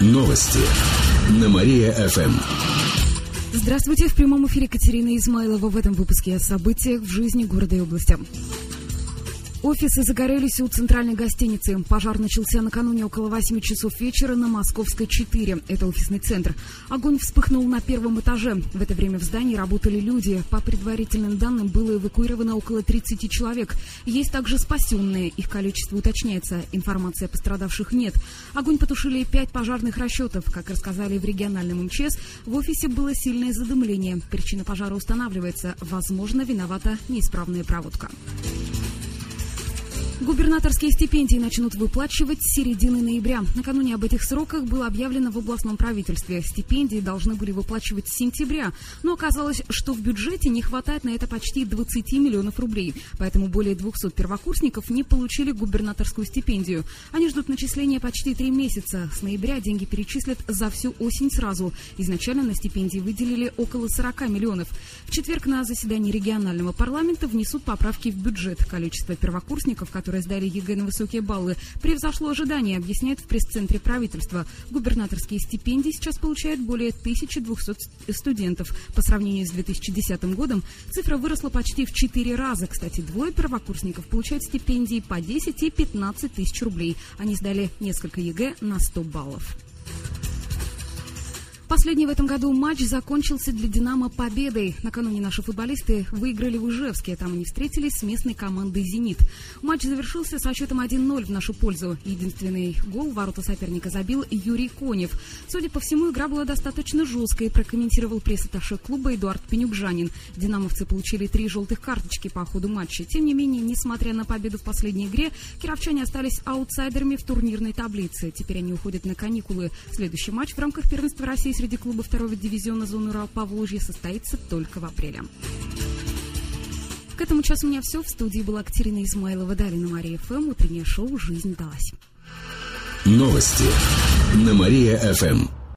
Новости на Мария-ФМ. Здравствуйте, в прямом эфире Катерина Измайлова. В этом выпуске о событиях в жизни города и области. Офисы загорелись у центральной гостиницы. Пожар начался накануне около 8 часов вечера на Московской 4. Это офисный центр. Огонь вспыхнул на первом этаже. В это время в здании работали люди. По предварительным данным, было эвакуировано около 30 человек. Есть также спасенные. Их количество уточняется. Информации о пострадавших нет. Огонь потушили 5 пожарных расчетов. Как рассказали в региональном МЧС, в офисе было сильное задымление. Причина пожара устанавливается. Возможно, виновата неисправная проводка. Губернаторские стипендии начнут выплачивать с середины ноября. Накануне об этих сроках было объявлено в областном правительстве. Стипендии должны были выплачивать с сентября. Но оказалось, что в бюджете не хватает на это почти 20 миллионов рублей. Поэтому более 200 первокурсников не получили губернаторскую стипендию. Они ждут начисления почти 3 месяца. С ноября деньги перечислят за всю осень сразу. Изначально на стипендии выделили около 40 миллионов. В четверг на заседании регионального парламента внесут поправки в бюджет. Количество первокурсников, которые сдали ЕГЭ на высокие баллы, превзошло ожидания, объясняют в пресс-центре правительства. Губернаторские стипендии сейчас получают более 1200 студентов. По сравнению с 2010 годом цифра выросла почти в 4 раза. Кстати, 2 первокурсников получают стипендии по 10 и 15 тысяч рублей. Они сдали несколько ЕГЭ на 100 баллов. Последний в этом году матч закончился для «Динамо» победой. Накануне наши футболисты выиграли в Ижевске. Там они встретились с местной командой «Зенит». Матч завершился со счетом 1-0 в нашу пользу. Единственный гол в ворота соперника забил Юрий Конев. Судя по всему, игра была достаточно жесткой, прокомментировал пресс-атташе клуба Эдуард Пенюкжанин. «Динамовцы» получили 3 желтых карточки по ходу матча. Тем не менее, несмотря на победу в последней игре, кировчане остались аутсайдерами в турнирной таблице. Теперь они уходят на каникулы. Следующий матч в рамках первенства России среди клубов второго дивизиона зоны Урал-Поволжья состоится только в апреле. К этому часу у меня все. В студии была Катерина Измайлова. Далее на Мария-ФМ утреннее шоу «Жизнь далась». Новости на Мария-ФМ.